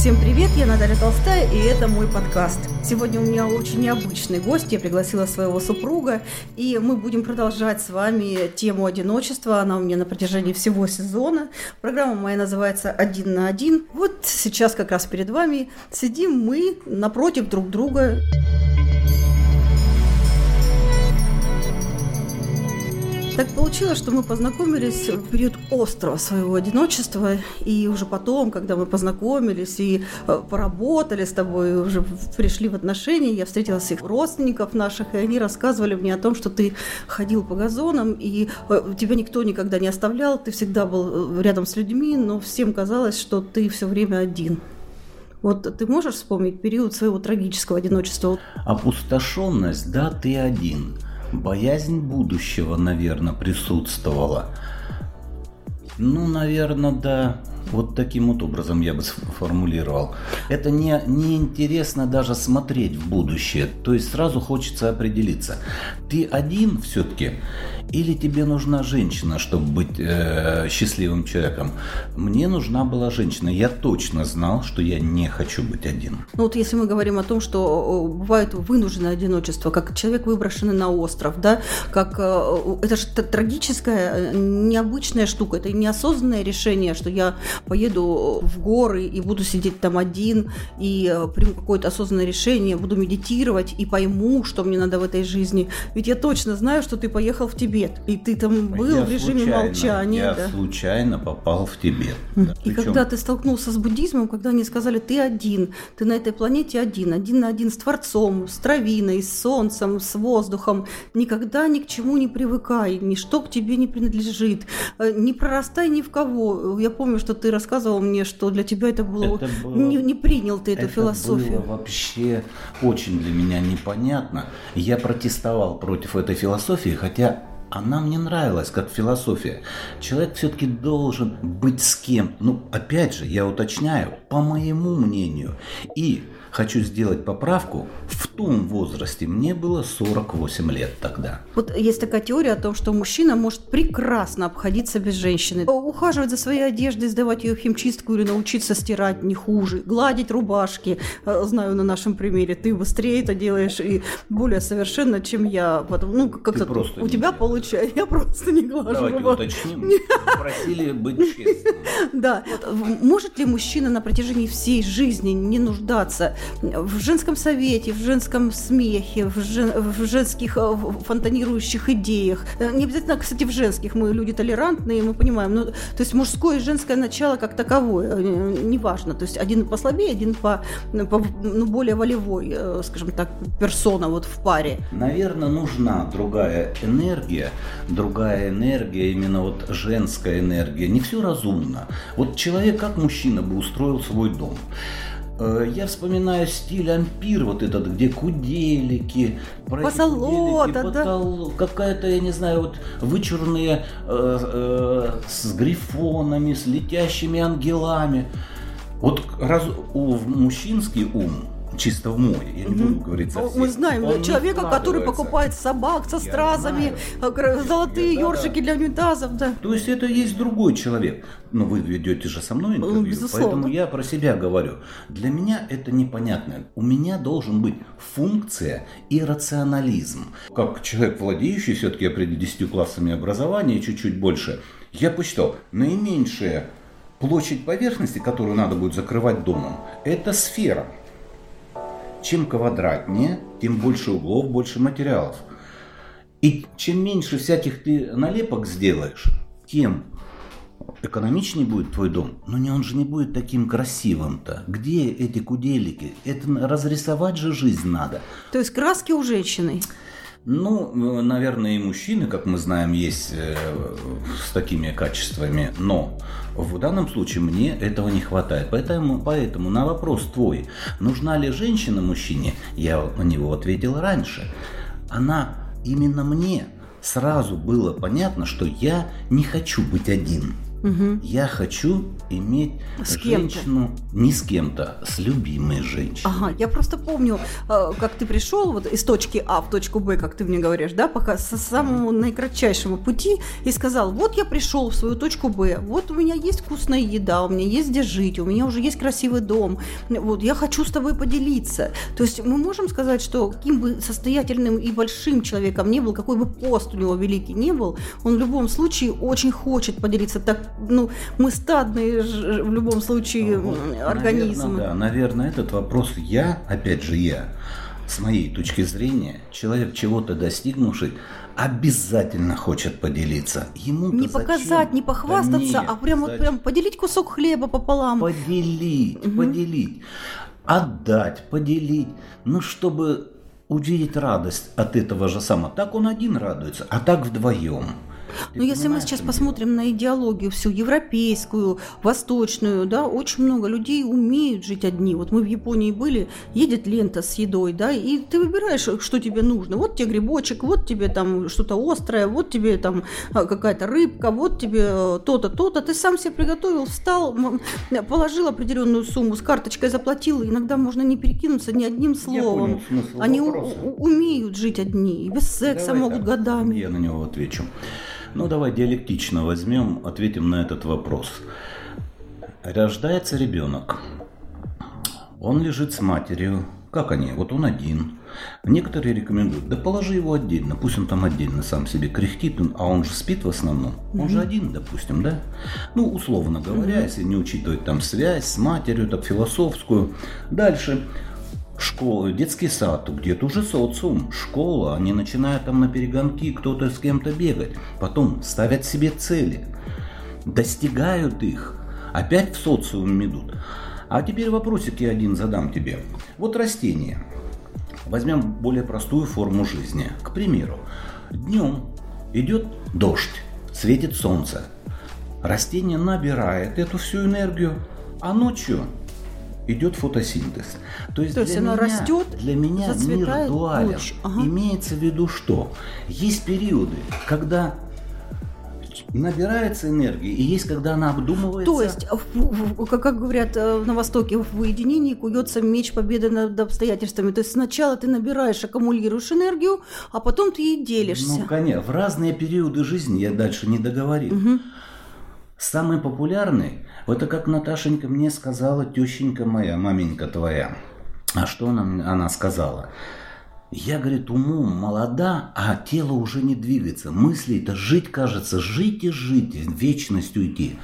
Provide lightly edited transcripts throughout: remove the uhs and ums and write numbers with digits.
Всем привет, я Наталья Толстая, и это мой подкаст. Сегодня у меня очень необычный гость, я пригласила своего супруга, и мы будем продолжать с вами тему одиночества. Она у меня на протяжении всего сезона. Программа моя называется «Один на один». Вот сейчас как раз перед вами сидим мы напротив друг друга. Так получилось, что мы познакомились в период острого своего одиночества, и уже потом, когда мы познакомились и поработали с тобой, уже пришли в отношения, я встретила своих родственников наших, и они рассказывали мне о том, что ты ходил по газонам, и тебя никто никогда не оставлял, ты всегда был рядом с людьми, но всем казалось, что ты все время один. Вот ты можешь вспомнить период своего трагического одиночества? Опустошенность, да, ты один. Боязнь будущего, наверное, присутствовала. Ну, наверное, да. Вот таким вот образом я бы сформулировал. Это не интересно даже смотреть в будущее. То есть сразу хочется определиться. Ты один все-таки или тебе нужна женщина, чтобы быть счастливым человеком? Мне нужна была женщина. Я точно знал, что я не хочу быть один. Ну вот если мы говорим о том, что бывает вынужденное одиночество, как человек выброшенный на остров, да, как это же трагическая, необычная штука, это неосознанное решение, что я поеду в горы и буду сидеть там один, и приму какое-то осознанное решение, буду медитировать и пойму, что мне надо в этой жизни. Ведь я точно знаю, что ты поехал в Тибет, и ты там был в режиме молчания. Я случайно попал в Тибет. Да. И когда ты столкнулся с буддизмом, когда они сказали, ты один, ты на этой планете один на один с Творцом, с травиной, с солнцем, с воздухом, никогда ни к чему не привыкай, ничто к тебе не принадлежит, не прорастай ни в кого. Я помню, что ты рассказывал мне, что для тебя это было не принял ты эту философию. Это было вообще очень для меня непонятно. Я протестовал против этой философии, хотя она мне нравилась как философия. Человек все-таки должен быть с кем. Ну, опять же, я уточняю, по моему мнению. И хочу сделать поправку. В том возрасте мне было 48 лет тогда. Вот есть такая теория о том, что мужчина может прекрасно обходиться без женщины. Ухаживать за своей одеждой, сдавать ее в химчистку или научиться стирать не хуже. Гладить рубашки. Знаю на нашем примере. Ты быстрее это делаешь и более совершенно, чем я. Ну, как-то у тебя получается. Я просто не глажу. Давайте уточним. Просили быть честным. Да. Может ли мужчина на протяжении всей жизни не нуждаться в женском совете, в женском смехе, в женских фонтанирующих идеях? Не обязательно, кстати, в женских. Мы люди толерантные, мы понимаем. То есть мужское и женское начало как таковое, неважно. То есть один послабее, один более волевой, скажем так, персона вот в паре. Наверное, нужна другая энергия, именно вот женская энергия. Не все разумно. Вот человек, как мужчина бы устроил свой дом. Я вспоминаю стиль ампир, вот этот, где куделики, позолота, да? Какая-то, я не знаю, вот вычурные с грифонами, с летящими ангелами. Вот мужчинский ум, чисто в мой, я не буду говорить за всех. Мы знаем человека, который покупает собак со стразами, золотые ёршики для унитазов, да. То есть это есть другой человек. Но вы ведете же со мной интервью, безусловно. Поэтому я про себя говорю. Для меня это непонятно. У меня должен быть функция и рационализм. Как человек, владеющий все-таки 10 классами образования, чуть-чуть больше, я посчитал, наименьшая площадь поверхности, которую надо будет закрывать домом, это сфера. Чем квадратнее, тем больше углов, больше материалов. И чем меньше всяких ты налепок сделаешь, тем экономичнее будет твой дом. Но он же не будет таким красивым-то. Где эти куделики? Это разрисовать же жизнь надо. То есть краски у женщины? Ну, наверное, и мужчины, как мы знаем, есть с такими качествами. Но в данном случае мне этого не хватает. Поэтому на вопрос твой, нужна ли женщина мужчине, я на него ответил раньше. Именно мне сразу было понятно, что я не хочу быть один. Я хочу иметь женщину не с кем-то, с любимой женщиной. Ага, я просто помню, как ты пришел вот из точки А в точку Б, как ты мне говоришь, да, пока со самого наикратчайшего пути и сказал, вот я пришел в свою точку Б, вот у меня есть вкусная еда, у меня есть где жить, у меня уже есть красивый дом, вот я хочу с тобой поделиться. То есть мы можем сказать, что каким бы состоятельным и большим человеком не был, какой бы пост у него великий не был, он в любом случае очень хочет поделиться. Так, мы стадные в любом случае организмы. Наверное, этот вопрос опять же, с моей точки зрения, человек чего-то достигнувший, обязательно хочет поделиться. Ему-то не показать, не похвастаться, а прям поделить кусок хлеба пополам. Поделить, отдать, поделить, чтобы увидеть радость от этого же самого. Так он один радуется, а так вдвоем. Но если мы сейчас посмотрим на идеологию всю европейскую, восточную, да, очень много людей умеют жить одни. Вот мы в Японии были, едет лента с едой, да, и ты выбираешь, что тебе нужно. Вот тебе грибочек, вот тебе там что-то острое, вот тебе там какая-то рыбка, вот тебе то-то, то-то. Ты сам себе приготовил, встал, положил определенную сумму, с карточкой заплатил. Иногда можно не перекинуться ни одним словом. Они умеют жить одни, и без секса могут годами. Я на него отвечу. Давай диалектично ответим на этот вопрос. Рождается ребенок. Он лежит с матерью. Как они? Вот он один. Некоторые рекомендуют, да положи его отдельно, пусть он там отдельно сам себе кряхтит, а он же спит в основном. Он же один, допустим, да? Условно говоря, если не учитывать там связь с матерью, так философскую. Дальше. Школа, детский сад, где-то уже социум, школа, они начинают там на перегонки, кто-то с кем-то бегать, потом ставят себе цели, достигают их, опять в социум идут. А теперь вопросик я один задам тебе. Вот растение. Возьмем более простую форму жизни. К примеру, днем идет дождь, светит солнце, растение набирает эту всю энергию, а ночью идет фотосинтез. То есть оно растет, для меня мир дуален. Имеется в виду, что есть периоды, когда набирается энергия, и есть, когда она обдумывается. То есть, как говорят на Востоке, в уединении куется меч победы над обстоятельствами. То есть сначала ты набираешь, аккумулируешь энергию, а потом ты ей делишься. Конечно. В разные периоды жизни, я дальше не договорил. Самый популярный, это как Наташенька мне сказала, тещенька моя, маменька твоя. А что она сказала? Я, говорит, умом молода, а тело уже не двигается. Мысли-то жить, кажется, жить и жить, в вечность уйти.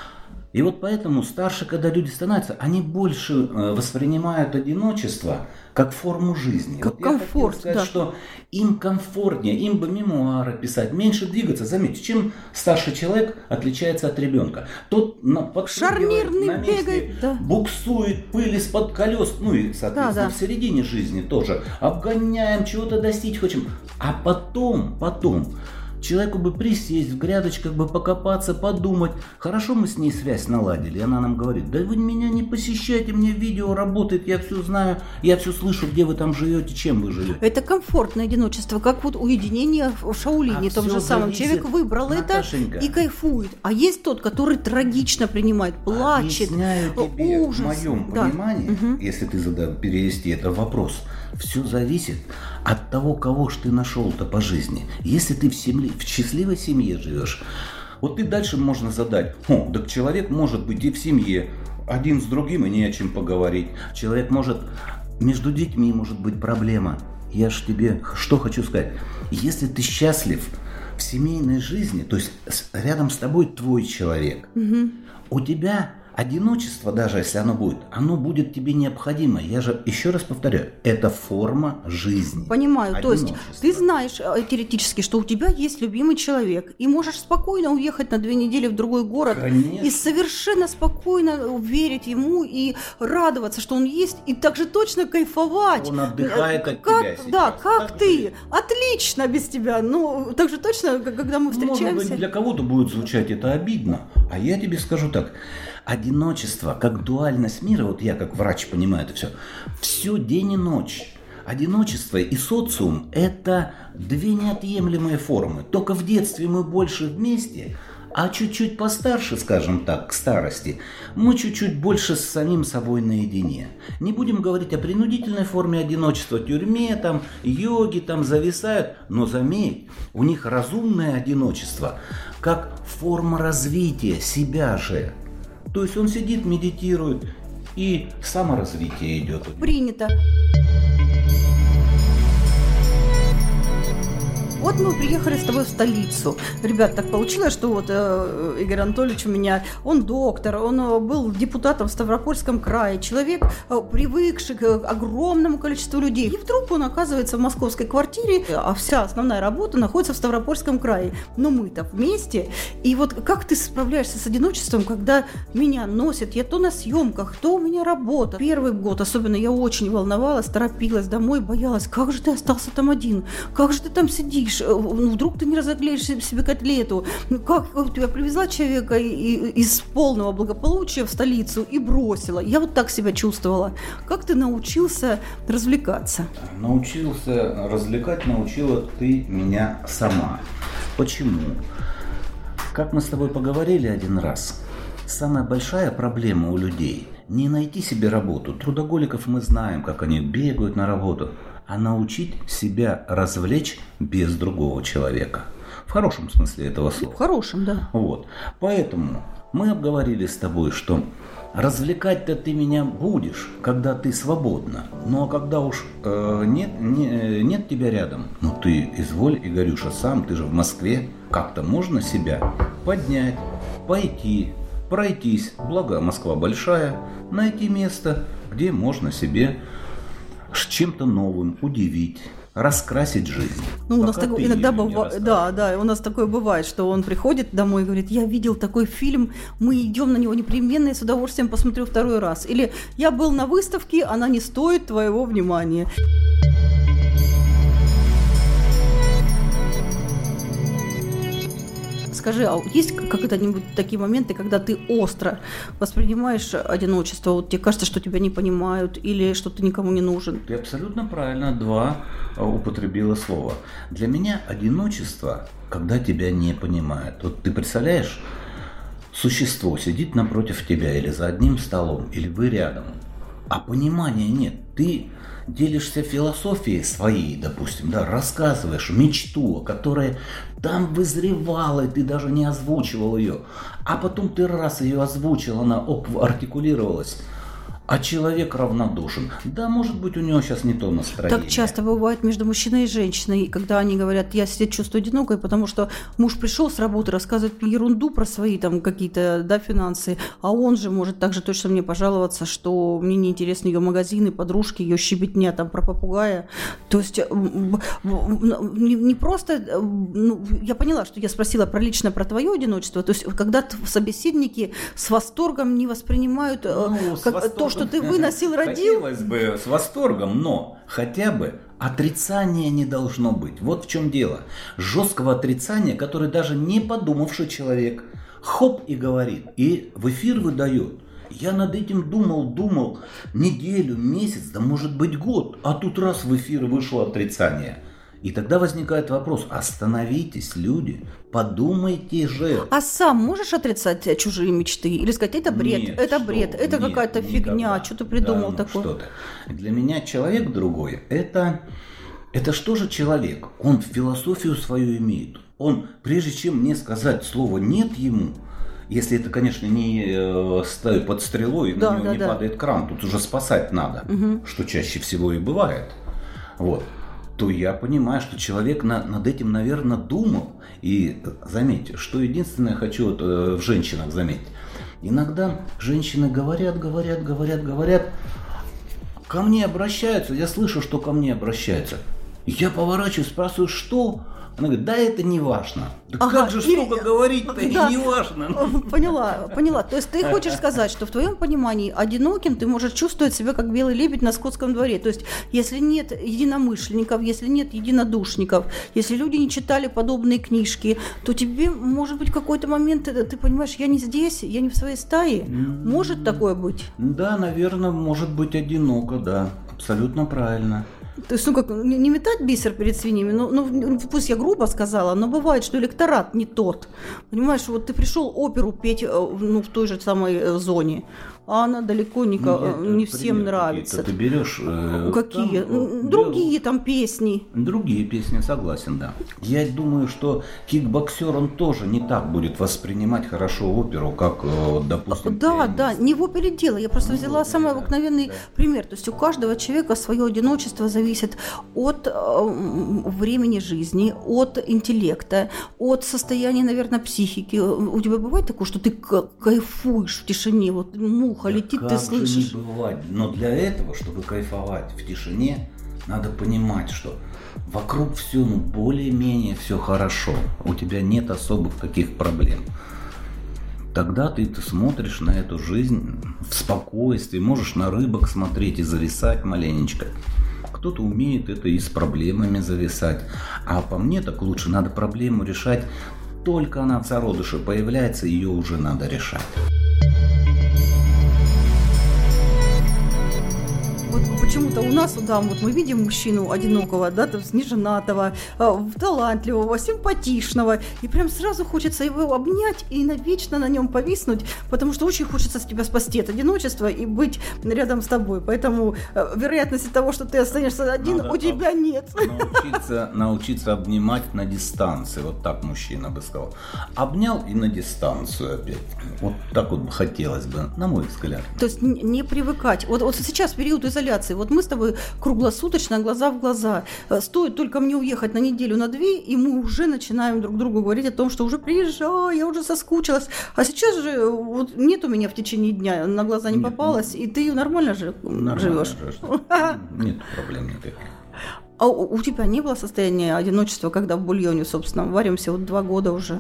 И вот поэтому старше, когда люди становятся, они больше воспринимают одиночество как форму жизни. Как комфорт, я хотел сказать, что им комфортнее, им бы мемуары писать, меньше двигаться. Заметьте, чем старший человек отличается от ребенка. Тот шарнирный на месте, бегает, буксует, пыль из-под колес, и, соответственно, в середине жизни тоже. Обгоняем, чего-то достичь хотим. А потом человеку бы присесть, в грядочках бы покопаться, подумать. Хорошо мы с ней связь наладили. И она нам говорит, да вы меня не посещайте, мне видео работает, я все знаю, я все слышу, где вы там живете, чем вы живете. Это комфортное одиночество, как вот уединение в Шаолине, том же самом. Человек выбрал Наташенька, это и кайфует. А есть тот, который трагично принимает, плачет, объясняю тебе, ужас. В моем понимании, если ты перевести это в вопрос, все зависит от того, кого ж ты нашел-то по жизни. Если ты в счастливой семье живешь, вот ты дальше можно задать, так человек может быть и в семье, один с другим и не о чем поговорить. Человек может, между детьми может быть проблема. Я ж тебе что хочу сказать. Если ты счастлив в семейной жизни, то есть рядом с тобой твой человек, у тебя одиночество, даже если оно будет тебе необходимо. Я же еще раз повторяю, это форма жизни. Понимаю, то есть ты знаешь теоретически, что у тебя есть любимый человек, и можешь спокойно уехать на 2 недели в другой город. Конечно. И совершенно спокойно верить ему и радоваться, что он есть, и также точно кайфовать. Он отдыхает от тебя сейчас. Да, как ты. Отлично без тебя. Так же точно, когда мы встречаемся. Может быть, для кого-то будет звучать это обидно, а я тебе скажу так. Одиночество, как дуальность мира, вот я как врач понимаю это все день и ночь. Одиночество и социум – это 2 неотъемлемые формы. Только в детстве мы больше вместе, А чуть-чуть постарше, скажем так, к старости, мы чуть-чуть больше с самим собой наедине. Не будем говорить о принудительной форме одиночества, тюрьме, там, йоги там зависают, но заметь, у них разумное одиночество, как форма развития себя же. То есть он сидит, медитирует, и саморазвитие идет. Принято. Вот мы приехали с тобой в столицу. Ребят, так получилось, что вот Игорь Анатольевич у меня, он доктор, он был депутатом в Ставропольском крае, человек, привыкший к огромному количеству людей. И вдруг он оказывается в московской квартире, а вся основная работа находится в Ставропольском крае. Но мы-то вместе. И вот как ты справляешься с одиночеством, когда меня носят, я то на съемках, то у меня работа. Первый год особенно я очень волновалась, торопилась домой, боялась, как же ты остался там один, как же ты там сидишь. Ну, вдруг ты не разогреешь себе котлету. Ну, как тебя привезла человека из полного благополучия в столицу и бросила. Я вот так себя чувствовала. Как ты научился развлекаться? Научился развлекать, научила ты меня сама. Почему? Как мы с тобой поговорили один раз, самая большая проблема у людей – не найти себе работу. Трудоголиков мы знаем, как они бегают на работу. А научить себя развлечь без другого человека. В хорошем смысле этого слова. В хорошем, да. Вот. Поэтому мы обговорили с тобой, что развлекать-то ты меня будешь, когда ты свободна. Ну а когда уж нет тебя рядом, ну ты изволь, Игорюша, сам, ты же в Москве, как-то можно себя поднять, пойти, пройтись, благо Москва большая, найти место, где можно себе с чем-то новым удивить, раскрасить жизнь. Ну, у нас иногда бывает, да, у нас такое бывает, что он приходит домой и говорит: я видел такой фильм, мы идем на него непременно и с удовольствием посмотрю второй раз. Или я был на выставке, она не стоит твоего внимания. Скажи, а есть когда-нибудь такие моменты, когда ты остро воспринимаешь одиночество? Вот тебе кажется, что тебя не понимают или что ты никому не нужен? Ты абсолютно правильно употребила слова. Для меня одиночество, когда тебя не понимают. Вот ты представляешь, существо сидит напротив тебя или за одним столом, или вы рядом, а понимания нет. Ты делишься философией своей, допустим, да, рассказываешь мечту, которая там вызревала, и ты даже не озвучивал ее, а потом ты раз ее озвучил, она артикулировалась, а человек равнодушен. Да, может быть, у него сейчас не то настроение. Так часто бывает между мужчиной и женщиной, когда они говорят: я себя чувствую одинокой, потому что муж пришел с работы, рассказывает ерунду про свои там какие-то, да, финансы, а он же может также точно мне пожаловаться, что мне неинтересны ее магазины, подружки, ее щебетня там про попугая. То есть не просто... я поняла, что я спросила лично про твое одиночество, то есть когда собеседники с восторгом не воспринимают то, что ты выносил, родил. Хотелось бы с восторгом, но хотя бы отрицания не должно быть. Вот в чем дело. Жесткого отрицания, который даже не подумавший человек хоп и говорит, и в эфир выдает. Я над этим думал неделю, месяц, да может быть год, а тут раз в эфир вышло отрицание. И тогда возникает вопрос: остановитесь, люди, подумайте же. А сам можешь отрицать чужие мечты? Или сказать: это бред, нет, это бред, это какая-то фигня, что ты придумал такое? Что-то. Для меня человек другой, это что же человек? Он философию свою имеет. Он, прежде чем мне сказать слово «нет» ему, если это, конечно, не ставит под стрелой, и на него не падает кран, тут уже спасать надо, что чаще всего и бывает. Вот. То я понимаю, что человек над этим, наверное, думал. И заметьте, что единственное хочу в женщинах заметить. Иногда женщины говорят, ко мне обращаются, я слышу, что ко мне обращаются. Я поворачиваюсь, спрашиваю, что? Она говорит: да это не важно. Да как же столько говорить-то, и не важно. Поняла. То есть ты хочешь сказать, что в твоем понимании одиноким ты можешь чувствовать себя как белый лебедь на скотском дворе. То есть если нет единомышленников, если нет единодушников, если люди не читали подобные книжки, то тебе, может быть, в какой-то момент ты понимаешь: я не здесь, я не в своей стае. Может такое быть? Да, наверное, может быть одиноко, да. Абсолютно правильно. То есть, как, не метать бисер перед свиньями, пусть я грубо сказала, но бывает, что электорат не тот. Понимаешь, вот ты пришел оперу петь, в той же самой зоне, а она далеко не всем нравится. Ты берешь... Какие? Другие там песни. Другие песни, согласен, да. Я думаю, что кикбоксер, он тоже не так будет воспринимать хорошо оперу, как, допустим... Да, не в опере дело. Я просто взяла самый обыкновенный пример. То есть у каждого человека свое одиночество зависит от времени жизни, от интеллекта, от состояния, наверное, психики. У тебя бывает такое, что ты кайфуешь в тишине, вот муха летит, ты слышишь? Как же не бывает. Но для этого, чтобы кайфовать в тишине, надо понимать, что вокруг все, более-менее все хорошо. У тебя нет особых каких проблем. Тогда ты смотришь на эту жизнь в спокойствии, можешь на рыбок смотреть и зависать маленечко. Кто-то умеет это и с проблемами зависать. А по мне так лучше надо проблему решать. Только она в зародыше появляется, ее уже надо решать. Вот почему-то у нас, да, вот мы видим мужчину одинокого, да, там, неженатого, талантливого, симпатичного, и прям сразу хочется его обнять и навечно на нем повиснуть, потому что очень хочется тебя спасти от одиночества и быть рядом с тобой. Поэтому вероятности того, что ты останешься один, у тебя нет. Научиться обнимать на дистанции, вот так мужчина бы сказал. Обнял и на дистанцию опять. Вот так вот хотелось бы, на мой взгляд. То есть не привыкать. Вот сейчас период изоляции. Вот мы с тобой круглосуточно, глаза в глаза. Стоит только мне уехать на неделю, на две, и мы уже начинаем друг другу говорить о том, что уже приезжай, я уже соскучилась. А сейчас же вот нет у меня в течение дня, на глаза не попалась, и ты нормально же живешь. Нет проблем никаких. А у тебя не было состояния одиночества, когда в бульоне, собственно, варимся вот 2 года уже?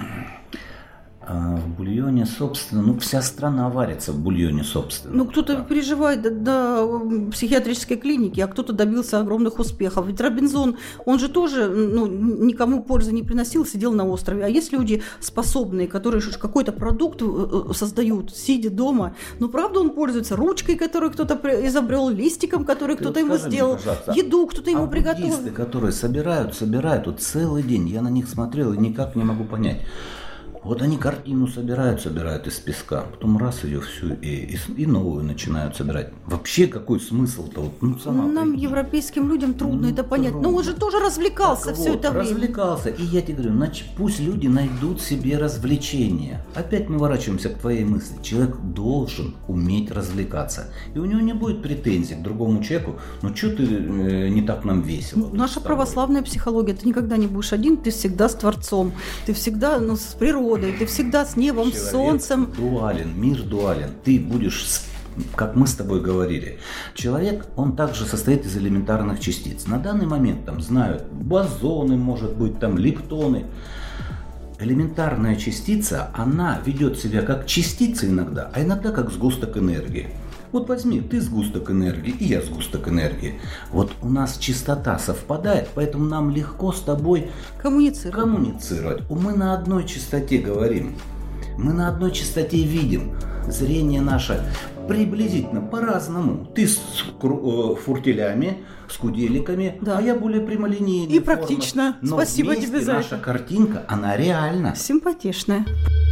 В бульоне, собственно, вся страна варится в бульоне, собственно. Кто-то переживает до психиатрической клиники, а кто-то добился огромных успехов. Ведь Робинзон, он же тоже никому пользы не приносил, сидел на острове. А есть люди способные, которые какой-то продукт создают, сидя дома. Правда, он пользуется ручкой, которую кто-то изобрел, листиком, который кто-то ему сделал, еду кто-то ему приготовил. Буддисты, которые собирают вот целый день, я на них смотрел и никак не могу понять. Вот они картину собирают из песка, потом раз ее всю и новую начинают собирать. Вообще какой смысл-то? Нам, европейским людям, трудно это понять. Но он же тоже развлекался все это время. Развлекался. И я тебе говорю, значит, пусть люди найдут себе развлечения. Опять мы ворачиваемся к твоей мысли. Человек должен уметь развлекаться. И у него не будет претензий к другому человеку. Что ты не так нам весело? Наша православная психология. Ты никогда не будешь один, ты всегда с Творцом. Ты всегда с природой. Ты всегда с небом, с солнцем. Мир дуален. Ты будешь, как мы с тобой говорили, человек, он также состоит из элементарных частиц. На данный момент знают бозоны, может быть, лептоны. Элементарная частица, она ведет себя как частица иногда, а иногда как сгусток энергии. Вот возьми, ты сгусток энергии, и я сгусток энергии. Вот у нас частота совпадает, поэтому нам легко с тобой коммуницировать. Мы на одной частоте говорим, мы на одной частоте видим. Зрение наше приблизительно по-разному. Ты с фуртелями, с куделиками, а я более прямолинейный. И практично. Но спасибо тебе за наша картинка, она реально. Симпатичная.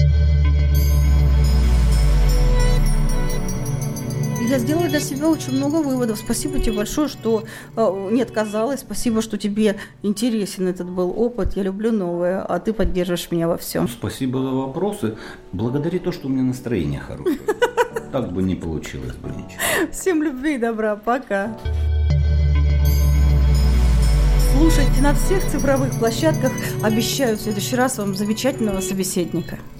Я сделала для себя очень много выводов. Спасибо тебе большое, что не отказалась. Спасибо, что тебе интересен этот был опыт. Я люблю новое, а ты поддерживаешь меня во всем. Спасибо за вопросы. Благодари то, что у меня настроение хорошее. Так бы не получилось бы ничего. Всем любви и добра. Пока. Слушайте на всех цифровых площадках. Обещаю в следующий раз вам замечательного собеседника.